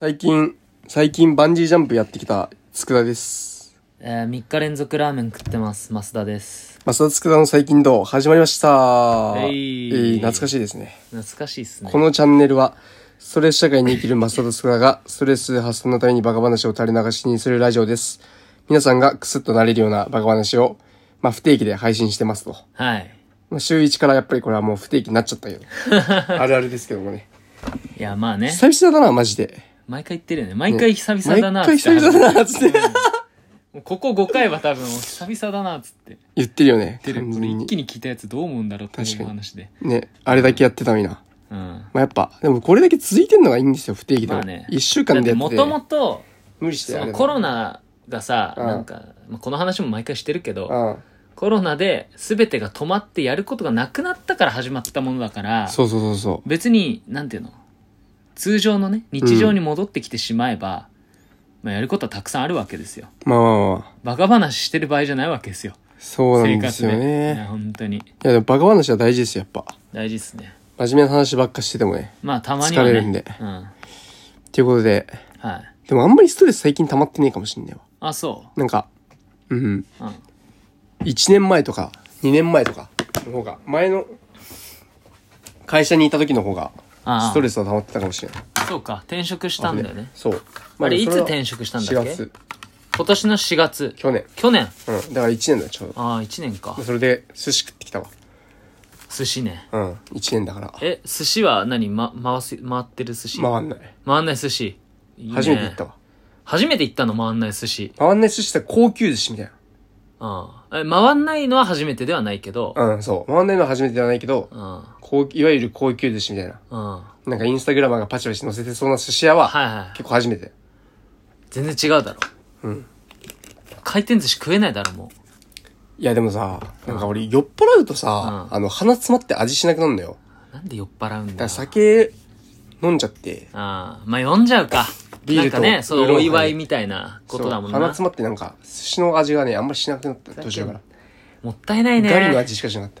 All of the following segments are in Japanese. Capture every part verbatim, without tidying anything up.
最近、最近バンジージャンプやってきた佃です。 えー、みっか連続ラーメン食ってます。増田です。 増田佃の最近どう始まりました。 えい、 えー、懐かしいですね。 懐かしいっすね。 このチャンネルは、ストレス社会に生きる増田と佃が、ストレス発散のためにバカ話を垂れ流しにするラジオです。皆さんがクスッとなれるようなバカ話を、まあ不定期で配信してますと。 はい。 まあ週いちからやっぱりこれはもう不定期になっちゃったけど。あるあるですけどもね。 いや、まあね。 久々だな、マジで。 毎回言ってるよね。毎回久々だなって、ね。毎回久々だな、つって。うん、もうここごかいは多分久々だな、つって。 言ってるよね。 言ってる。これ一気に聞いたやつどう思うんだろうっていう話で。 ね、あれだけやってたのにな。 うん。 まあやっぱ、でもこれだけ続いてんのがいいんですよ、不定期でも。 まあね。 一週間でやってて。 もともと、 無理してやる。 コロナがさ、 うん、 なんか、まあ、この話も毎回してるけど、 うん、 コロナで全てが止まってやることがなくなったから始まったものだから、 そうそうそうそう。 別に、なんていうの通常のね、日常に戻ってきてしまえば、うん、まあやることはたくさんあるわけですよ。 まあまあまあ。 バカ話してる場合じゃないわけですよ。 そうなんですよね。 生活で。本当に。いや、でもバカ話は大事ですよ、やっぱ。 大事ですね。 真面目な話ばっかしててもね。 まあたまには、ね。 疲れるんで。 うん。 ということで。 はい。 でもあんまりストレス最近溜まってねえかもしんないわ。 あ、そう。 なんか、うん。うん。 いちねんまえとか、にねんまえとかの方が、前の会社にいた時の方が、ストレスは溜まってたかもしれない。 そうか、転職したんだよね。 そう。 まあ、あれいつ転職したんだっけ？ しがつ。 今年のしがつ。 去年。 去年。 うん。だからいちねんだよ、ちょうど。 ああ、いちねんか。 それで、寿司食ってきたわ。 寿司ね。 うん。いちねんだから。 え、寿司は何ま、回す、回ってる寿司？ 回んない。 回んない寿司。いいね、 初めて行ったわ。 初めて行ったの回んない寿司。 回んない寿司って高級寿司みたいな。 ああ。え、回んないのは初めてではないけど。 うん、そう。回んないのは初めてではないけど、 うん。 こう、いわゆる高級寿司みたいな。うん。なんかインスタグラマーがパチパチ載せてそうな寿司屋は、はいはい。結構初めて。 全然違うだろ。うん。回転寿司食えないだろ、もう。 いやでもさ、なんか俺酔っ払うとさ、うん、あの鼻詰まって味しなくなるんだよ。 なんで酔っ払うんだよ。 だから酒飲んじゃって。 ああ、まあ飲んじゃうか。ビールとなんかね、そうお祝いみたいなことだもんな。 鼻詰まってなんか寿司の味がねあんまりしなくなった途中から。 もったいないね。 ガリの味しかしなかった。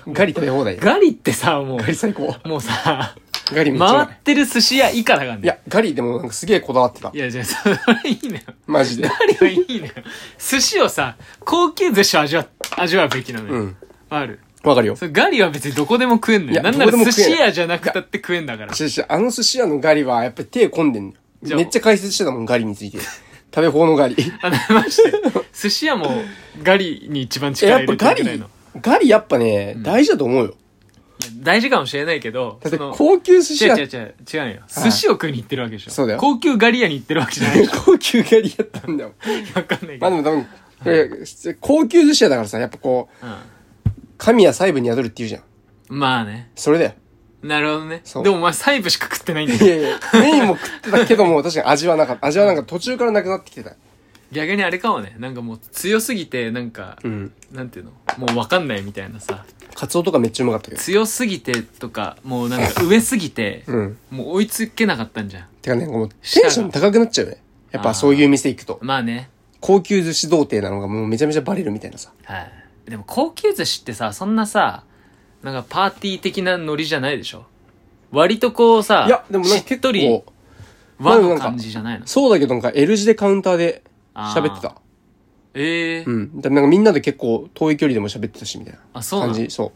ガリ食べ放題。 ガリってさ、もう。 ガリ最高。 もうさ、 ガリめっちゃ回ってる寿司屋以下だからね。 いや、ガリでもなんかすげえこだわってた。 いや、じゃあ、それいいのよ。 マジで。 ガリはいいのよ。寿司をさ、高級寿司を味わ、味わうべきなのよ。うん。ある。 わかるよ。 それガリは別にどこでも食えんのよ。なんなら寿司屋じゃなくたって食えんだから。 違う違う、あの寿司屋のガリはやっぱり手込んでんのよ。めっちゃ解説してたもん、ガリについて。食べ法のガリ。 あ、マジで。寿司屋もガリに一番力入れてるないの。 やっぱガリ、ガリやっぱね、うん、大事だと思うよ。 大事かもしれないけど。 だって高級寿司屋。 違う違う違う、違うよ。寿司を食いに行ってるわけでしょ。 そうだよ。 高級ガリ屋に行ってるわけじゃない。 高級ガリ屋ってなんだよ。 わかんないけど。 まあでも多分、うん、高級寿司屋だからさ、やっぱこう、うん、神は細部に宿るって言うじゃん。 まあね。 それだよ。 なるほどね。でもお前細部しか食ってないんだよ。 いやいや、メインも食ってたけども、確かに味はなかった。味はなんか途中からなくなってきてた。 逆にあれかもね。なんかもう強すぎて、なんか、うん、なんていうのもうわかんないみたいなさ。 カツオとかめっちゃうまかったけど。 強すぎてとか、もうなんか上すぎて、うん、もう追いつけなかったんじゃん。 てかね、もうテンション高くなっちゃうね。やっぱそういう店行くと。 まあね。 高級寿司童貞なのがもうめちゃめちゃバレるみたいなさ。 はい。でも高級寿司ってさ、そんなさ、なんかパーティー的なノリじゃないでしょ。割とこうさ、 いや、でもなんかしっとり和の感じじゃないの。 そうだけどなんか L 字でカウンターで喋ってた。 ええー。 うん。だなんかみんなで結構遠い距離でも喋ってたしみたいな。 あ、そうなの？ 感じ。そう。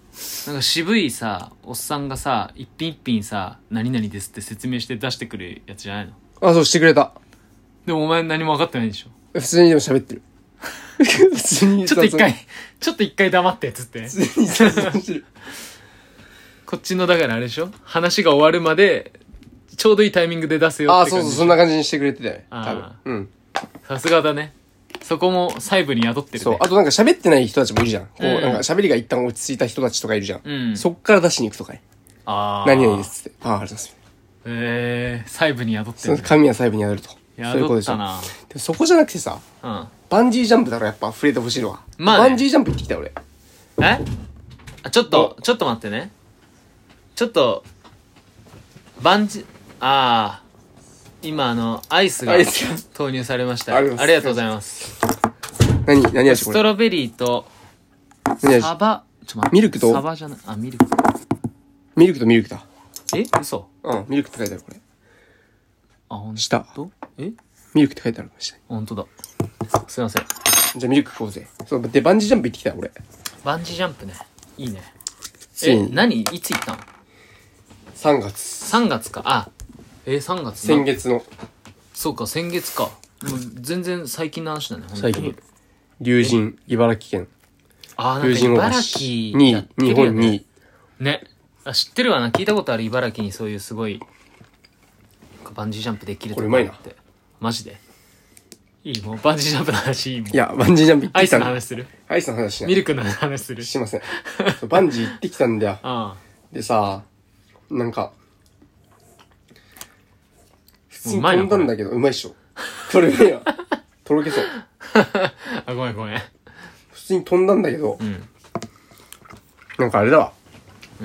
なんか渋いさ、おっさんがさ、一品一品さ、何々ですって説明して出してくるやつじゃないの？ あ、そうしてくれた。 でもお前何も分かってないでしょ？ 普通にでも喋ってる。普通に。 ちょっと一回、ちょっと一回黙ってっつって。普通にしてる。こっちのだからあれでしょ？話が終わるまで、ちょうどいいタイミングで出すよって感じ。 あ、そうそう、そんな感じにしてくれてたよ。多分。うん。 さすがだね。そこも細部に宿ってるね。 そう。あとなんか喋ってない人たちもいるじゃん。こう、うん、なんか喋りが一旦落ち着いた人たちとかいるじゃん。うん。そっから出しに行くとかね。ああ。何々ですって。ああ、ありがとうございます。 ええー、細部に宿ってる、 ね。その神は細部に宿ると。 宿ったな。 でもそこじゃなくてさ、うん。バンジージャンプだろ、やっぱ触れてほしいのは。まあ、ね。バンジージャンプ行ってきたよ、俺。 えあ、ちょっと、ちょっと待ってね。ちょっと、バンジ、ああ、今あの、アイスが投入されました。ありがとうございます。 何、何味これ？ ストロベリーと、サバ、ちょっと待って。 ミルクとサバじゃない、あ、ミルク。 ミルクとミルクだ。 え嘘？ うん、ミルクって書いてある、これ。 あ、ほんと下。 えミルクって書いてあるかもしれほんとだ。すいません。 じゃあミルク食おうぜ。そう、で、バンジージャンプ行ってきたよ、俺。 バンジージャンプね。いいね。え、 ついに何いつ行ったの？ さんがつ。 さんがつか。あ、えー、さんがつ先月の。 そうか、先月か。もう全然最近の話だね、本当に。 最近。龍神、茨城県。 あー、なんか龍神大茨橋。に城やっい、日てるよね。 本にい。 ね。あ、知ってるわな。聞いたことある。茨城にそういうすごい、バンジージャンプできるとここれうまいなって。マジでいいもうバンジージャンプの話いいもん。 いや、バンジージャンプ行っアイスてきたんだ。 の話する？ アイスの話しない。 ミルクの話する？ しません。そうバンジー行ってきたんだよ。 あでさ、なんか、普通にうまいな飛んだんだけど、うまいっしょ。これうまいわ。とろけそう。 あ。あ、ごめんごめん。 普通に飛んだんだけど、 うん。 なんかあれだわ。 うん。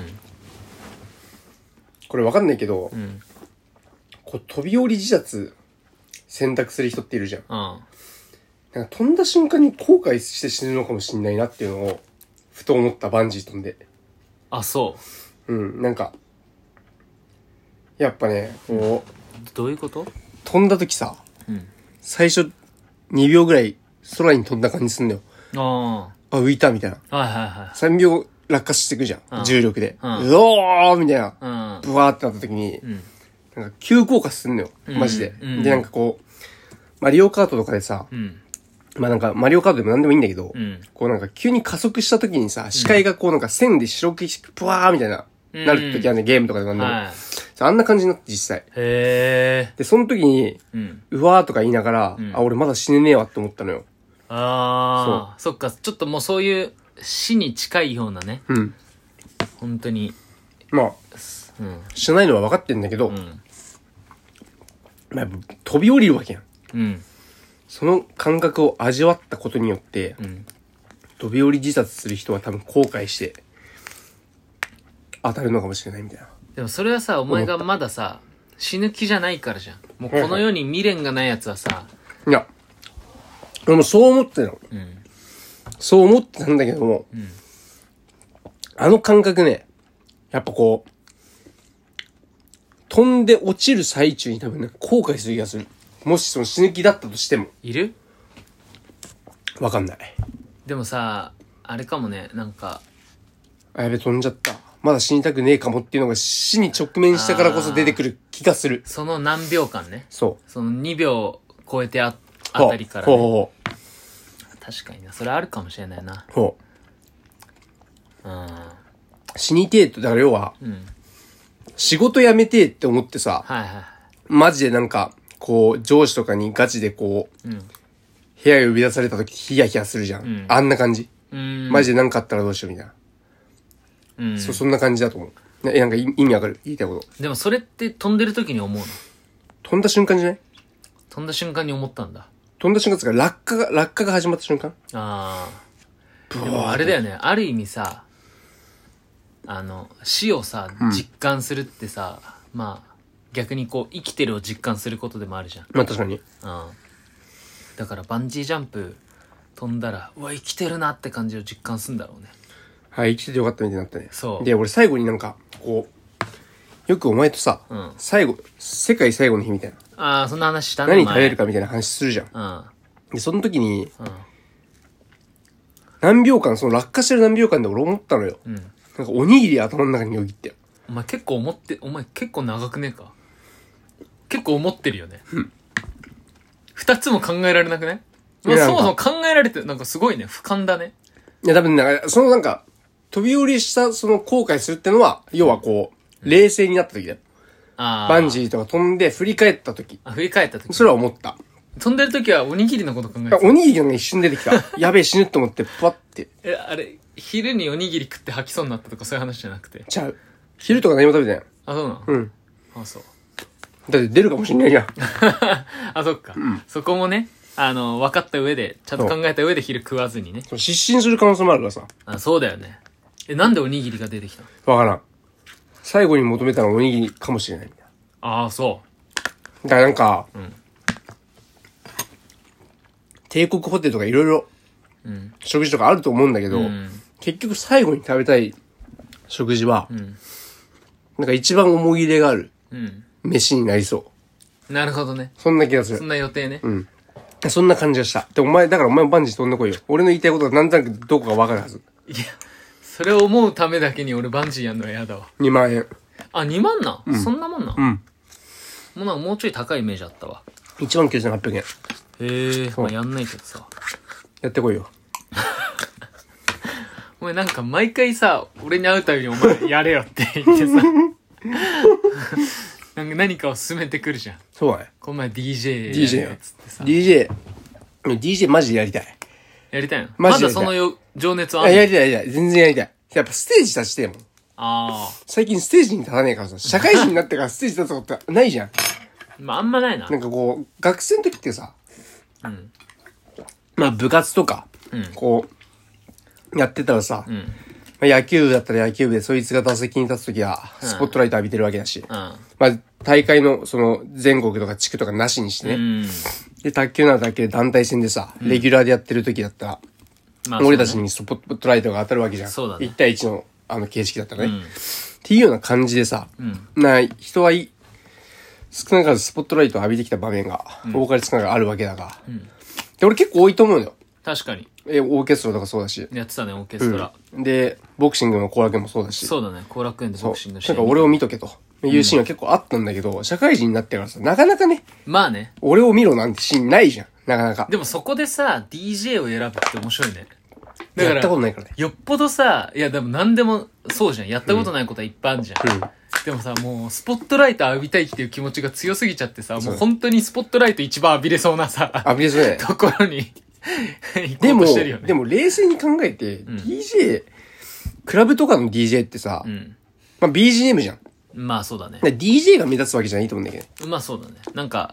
これわかんないけど、 うん。 こう飛び降り自殺選択する人っているじゃん。 あなんか飛んだ瞬間に後悔して死ぬのかもしんないなっていうのを、ふと思ったバンジー飛んで。 あ。あ、そうん、なんか、やっぱね、こう、 う。どういうこと？ 飛んだ時さ、 うん。 最初にびょうぐらい空に飛んだ感じすんのよ。 ああ、浮いたみたいな。 あ。はいはいはい。 さんびょう落下してくじゃん。 うん重力で。 ううんおーみたいな。 うん。 ブワーってなった時に、 うん。 なんか急降下すんのよ。 うんマジで。 うんで、なんかこう、マリオカートとかでさ、 うん。 まあなんかマリオカートでもなんでもいいんだけど、 うん。 こうなんか急に加速した時にさ、視界がこうなんか線で白く、ブワーみたいな、 うんなる時あるね、ゲームとかでもなんでも。 はい。 あんな感じになって実際。 へえ。 で、その時に、 うん。 うわーとか言いながら、 うんあ、俺まだ死ねねえわって思ったのよ。 ああ。そっか、ちょっともうそういう死に近いようなね。 うん。 本当に。 まあ、 うん。 知らないのは分かってんだけど、 うん。 まあ、やっぱ飛び降りるわけやん。 うん。 その感覚を味わったことによって、 うん。 飛び降り自殺する人は多分後悔して、当たるのかもしれないみたいな。 でもそれはさ、お前がまださ、死ぬ気じゃないからじゃん。もうこの世に未練がないやつはさ、 いや、俺もそう思ってたの。 うん。 そう思ってたんだけども、 うん。 あの感覚ね、やっぱこう、飛んで落ちる最中に多分ね、後悔する気がする。もしその死ぬ気だったとしても。 いる？ わかんない。 でもさ、あれかもね、なんか、 あ、やべ、飛んじゃった。まだ死にたくねえかもっていうのが死に直面したからこそ出てくる気がする。 その何秒間ね。 そう。 そのにびょう超えてあ、あたりから、 ほうね。 ほうほ確かにな。それあるかもしれないな。 う。ほうん。 う。死にてえって、だから要は、 うん。 仕事辞めてえって思ってさ、 はいはい。 マジでなんか、こう、上司とかにガチでこう、 うん。 部屋呼び出された時ヒヤヒヤするじゃん。 うんあんな感じ。 うん。 マジで何かあったらどうしようみたいな。 うん。 そ、そんな感じだと思う。ねえ、なんか意意味わかる言いたいこと。 でもそれって飛んでる時に思うの？ 飛んだ瞬間じゃない飛んだ瞬間に思ったんだ。 飛んだ瞬間つか落下が、落下が始まった瞬間ああ。 ブワーでもあれだよね。ある意味さ、あの、死をさ、実感するってさ、まあ、逆にこう、生きてるを実感することでもあるじゃん。 まあ確かに。 うん。だからバンジージャンプ飛んだら、うわ、生きてるなって感じを実感するんだろうね。 はい、生きててよかったみたいになったね。 そうで、俺最後になんか、こう、よくお前とさ、 うん最後、世界最後の日みたいな。 ああ、そんな話したね。 何食べるか。 かみたいな話するじゃん。 うん。 で、その時に、 うん。 何秒間、その落下してる何秒間で俺思ったのよ。 うん。 なんかおにぎり頭の中によぎって。 お前結構思って、お前結構長くねえか？結構思ってるよね。二つも考えられなくね？まあ、 いやそもそも考えられて、なんかすごいね、俯瞰だね。 いや、多分なんか、そのなんか、飛び降りしたその後悔するってのは、要はこう、冷静になった時だよ。 ああ。 バンジーとか飛んで振り返った時。 あ、振り返った時。 それは思った。 飛んでる時はおにぎりのこと考えてた。 おにぎりがね、一瞬出てきた。やべえ、死ぬって思って、パッて。 え、あれ、昼におにぎり食って吐きそうになったとかそういう話じゃなくて。 ちゃう。昼とか何も食べてない。 あ、そうなの？ うん。 あ、そう。 だって出るかもしんないじゃん。 あ、そっか。そこもね、あの、分かった上で、ちゃんと考えた上で昼食わずにね。 そう失神する可能性もあるからさ。 あ、そうだよね。え、なんでおにぎりが出てきたの？ わからん。最後に求めたのはおにぎりかもしれない。 ああ、そだからなんか、 うん帝国ホテルとかいろいろう。うん。 食事とかあると思うんだけど、 うん。 結局最後に食べたい食事は、 うん。 なんか一番思い入れがあるうん。 飯になりそなるほどね。 そんな気がする。 そんな予定ね。 うん。そんな感じがした。で、お前、だからお前もバンジー飛んでこいよ。俺の言いたいことがなんとなくどこかわかるはず。 いや、それを思うためだけに俺バンジーやんのは嫌だわ。 にまんえん。 あ、にまんな、 うん、 そんなもんな。 うん。 もうなんかもうちょい高いイメージあったわ。 いちまんきゅうせんはっぴゃくえん。 へえ、まあやんないけどさ。 やってこいよ。 お前なんか毎回さ、俺に会うたびにお前やれよって言ってさ。なんか何かを進めてくるじゃん。 そうだね。 この前 ディージェーディージェーやつってさ。 ディージェー。ディージェー マジでやりたい。 やりたいのマジでまだそのよ情熱はあるの？やりたいやりたい。全然やりたい。やっぱステージ立ちてえもん。 ああ。 最近ステージに立たねえからさ、社会人になってからステージ立つことってないじゃん。 まああんまないな。 なんかこう、学生の時ってさ、 うん。 まあ部活とか、 うんこう、やってたらさ、 うん。 まあ、野球部だったら野球部でそいつが打席に立つ時は、スポットライト浴びてるわけだし、 うん。 まあ大会のその全国とか地区とかなしにしてね、 うん。 で、卓球なら卓球で団体戦でさ、レギュラーでやってる時だったら、 まあ俺たちにスポットライトが当たるわけじゃん。 そうだねいち対いちのあの形式だったらね。 うんっていうような感じでさ、 うん。 な、人はい少なからずスポットライトを浴びてきた場面が、多かれ少なからあるわけだが、 んで、俺結構多いと思うのよ。 確かに。 え、オーケストラとかそうだし。 やってたね、オーケストラ。 うん、で、ボクシングの後楽園もそうだし。 そうだね、後楽園でボクシングの試合。 なんか俺を見とけと。いうシーンは結構あったんだけど、社会人になってからさ、なかなかね、 まあね。 俺を見ろなんてシーンないじゃん。なかなか。 でもそこでさ、ディージェー を選ぶって面白いね。だやから、 ったことないからね。 よっぽどさ、いやでも何でもそうじゃん。やったことないことはいっぱいあるじゃん。 うん。 でもさ、もうスポットライト浴びたいっていう気持ちが強すぎちゃってさ、もう本当にスポットライト一番浴びれそうなさ、 浴びれそうだね。 ところに行こでも、 うとしてるよね。 でも冷静に考えて、 んディージェー、クラブとかの ディージェー ってさ、 うん。 まあ ビージーエム じゃん。 まあそうだね。 ディージェー が目立つわけじゃないと思うんだけどね。 まあそうだね。なんか、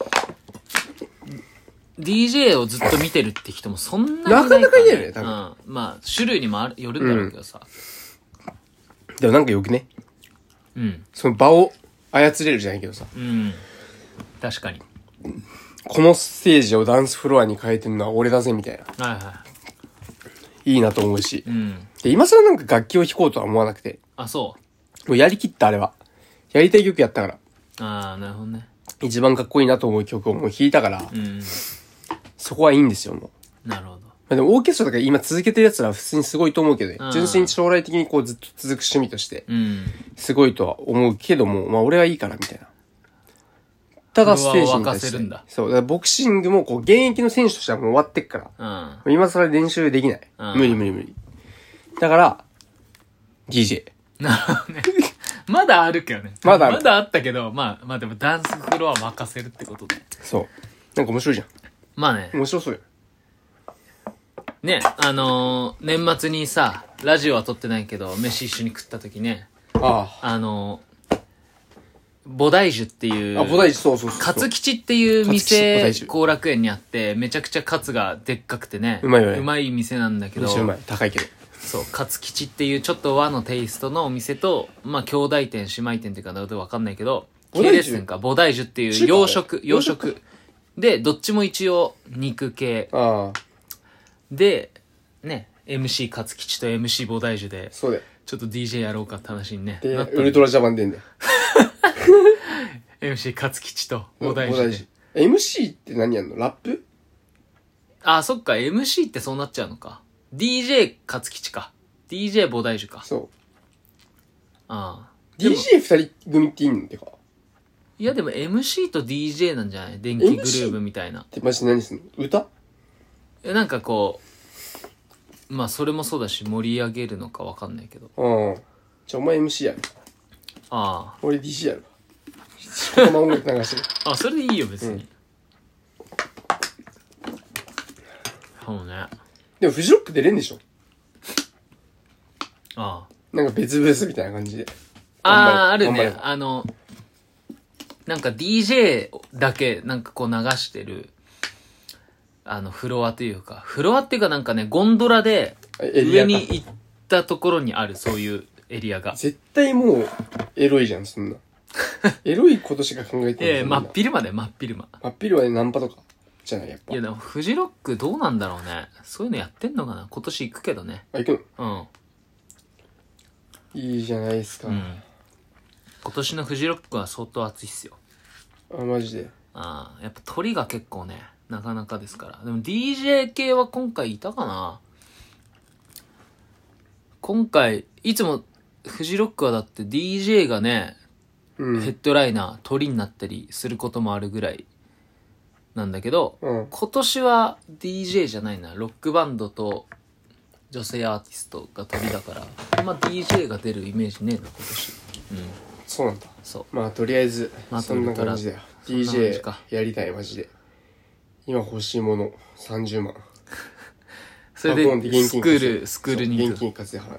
ディージェー をずっと見てるって人もそんなにいないから、ね。 なかなかいないよね多分うん。まあ、種類にもあるよるんだろうけどさ。 でもなんかよくね、 うん。 その場を操れるじゃないけどさ、 うん。確かに。 このステージをダンスフロアに変えてるのは俺だぜみたいな。 はいはいいなと思うし。 い。うん。 で、今更なんか楽器を弾こうとは思わなくて、 あ、そもうやりきったあれは。やりたい曲やったから。 う。ああ、なるほどね。 一番かっこいいなと思う曲をもう弾いたから、 うん。 そこはいいんですよ、もう。 なるほど。 まあ、でもオーケストラとか今続けてる奴らは普通にすごいと思うけどねうん。 純粋に将来的にこうずっと続く趣味として、 うん。 すごいとは思うけども、まあ俺はいいからみたいな。ただステージに対して。 それは沸かせるんだそう。だからボクシングもこう現役の選手としてはもう終わってっから。 うん。 今更練習できない。 うん無理無理無理。だから、ディージェー。 なるほどね。まだあるけどね。 まだあるまだあったけど、まあ、まあでもダンスフロア任せるってことで。 そう。なんか面白いじゃん。 まあね。 面白そうよ。 ね、あのー、年末にさ、ラジオは撮ってないけど、飯一緒に食った時ね、 ああのー、菩提樹っていう、 あ。あ、菩提寺、そうそうそう。 カツ吉っていうカツ吉菩店提、樹後楽園にあって、めちゃくちゃカツがでっかくてね、 うまいよねうまい店なんだけど、 めっちゃうまい。高いけど。 そう、カツ吉っていうちょっと和のテイストのお店と、まあ、兄弟店、姉妹店っていうかどうかわかんないけど、 菩提樹系列店か、菩提樹っていう中華洋食、洋洋食。で、どっちも一応肉系。 ああ。 で、ね、エムシー カツ吉と エムシー 菩提樹で、 そうだよ。 ちょっと ディージェー やろうかって話にね、 で、 なったウルトラジャパンでんだよ。 エムシー カツ吉と菩菩提樹で。 提寺。エムシー って何やんの？ラップ？ あ、そっか、エムシー ってそうなっちゃうのか。ディージェー カツ吉か。ディージェー 菩提樹か。 そう。 ああ。 ディージェー 二人組っていいんてか。 いやでも エムシー と ディージェー なんじゃない電気グルーヴみたいな。 ってマジで何すんの？歌？ え、なんかこう、まあそれもそうだし盛り上げるのかわかんないけど。 うん。じゃあお前 エムシー やる。 あ俺 ディージェー やるわ。このまま音楽流してる。 あ。あ、それでいいよ別に。そうね。 でもフジロック出れんでしょ？ あなんか別ブースみたいな感じで。 あ。ああ、ある頑張れね。あの、なんか ディージェー だけなんかこう流してる、あのフロアというか、フロアっていうかなんかね、ゴンドラでエリアか上に行ったところにあるそういうエリアが。 絶対もう、エロいじゃん、そんな。エロいことしか考えてない。 ええ、真っ昼間で真っ昼間。 真っ昼間でナンパとか、じゃない、やっぱ。 いやでもフジロックどうなんだろうね。そういうのやってんのかな今年行くけどね。 あ、行くうん。 のいいじゃないですか。 うん。今年のフジロックは相当暑いっすよ。 あ、マジで。 ああ、やっぱ鳥が結構ね、なかなかですから。でも ディージェー 系は今回いたかな。今回、いつもフジロックはだって ディージェー がね、 うん、 ヘッドライナー、鳥になったりすることもあるぐらいなんだけど、 うん、 今年は ディージェー じゃないな、ロックバンドと女性アーティストが鳥だから、あんま ディージェー が出るイメージねえな、今年。うん。 そうなんだ。 そう。 まあとりあえず、 まあそんな感じだよ。 そんな感じディージェーかやりたい、マジで。今欲しいものさんじゅうまん。 それでスクール、スクールに行く。 現金活で払う。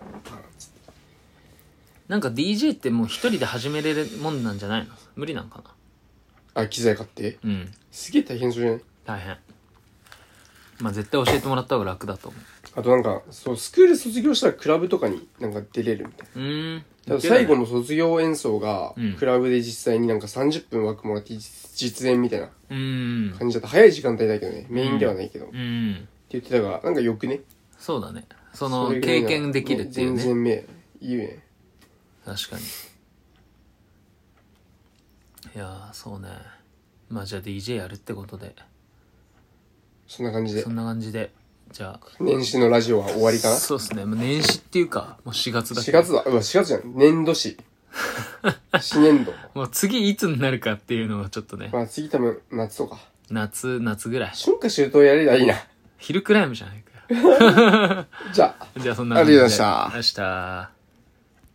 なんか ディージェー ってもう一人で始めれるもんなんじゃないの？無理なんかな？ あ、機材買ってうん。 すげえ大変そうじゃない？ 大変。まあ絶対教えてもらった方が楽だと思う。 あとなんか、そう、スクール卒業したらクラブとかになんか出れるみたいな。 うーん。 だから最後の卒業演奏がうん、 クラブで実際になんかさんじゅっぷん枠もらって実演みたいなうーん。 感じだった。早い時間帯だけどね。メインではないけど。ってうん。 言ってたから、なんかよくね。 そうだね。そのそれぐらいな経験できるっていうね。 全然目、いいね。 確かに。いやー、そうね。まあじゃあ ディージェー やるってことで。 そんな感じでそ。んな感じで。じゃあ。 年始のラジオは終わりかな？ そうですね。もう年始っていうか、もうしがつだしがつだ。うわ、しがつじゃん。年度始。新年度。 もう次いつになるかっていうのはちょっとね。 まあ次多分夏とか。 夏、夏ぐらい。 春夏秋冬やればいいな。 ヒルクライムじゃないかよ。 じゃあ。 じゃあそんな感じで。 ありがとうございました。 ありがとうございました。